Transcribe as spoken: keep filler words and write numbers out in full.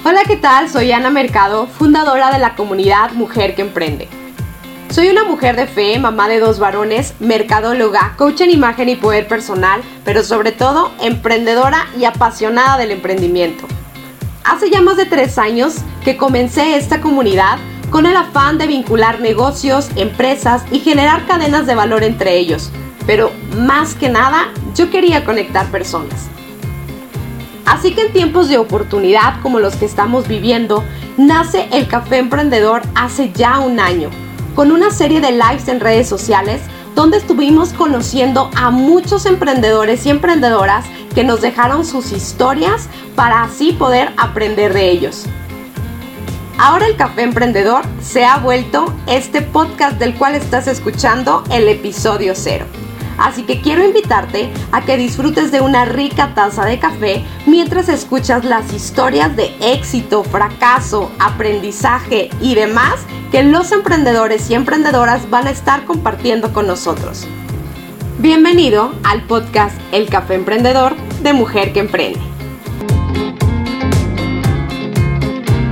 Hola, ¿qué tal? Soy Ana Mercado, fundadora de la comunidad Mujer que Emprende. Soy una mujer de fe, mamá de dos varones, mercadóloga, coach en imagen y poder personal, pero sobre todo emprendedora y apasionada del emprendimiento. Hace ya más de tres años que comencé esta comunidad con el afán de vincular negocios, empresas y generar cadenas de valor entre ellos. Pero más que nada, yo quería conectar personas. Así que en tiempos de oportunidad como los que estamos viviendo, nace el Café Emprendedor hace ya un año, con una serie de lives en redes sociales donde estuvimos conociendo a muchos emprendedores y emprendedoras que nos dejaron sus historias para así poder aprender de ellos. Ahora el Café Emprendedor se ha vuelto este podcast del cual estás escuchando el episodio cero. Así que quiero invitarte a que disfrutes de una rica taza de café mientras escuchas las historias de éxito, fracaso, aprendizaje y demás que los emprendedores y emprendedoras van a estar compartiendo con nosotros. Bienvenido al podcast El Café Emprendedor de Mujer que Emprende.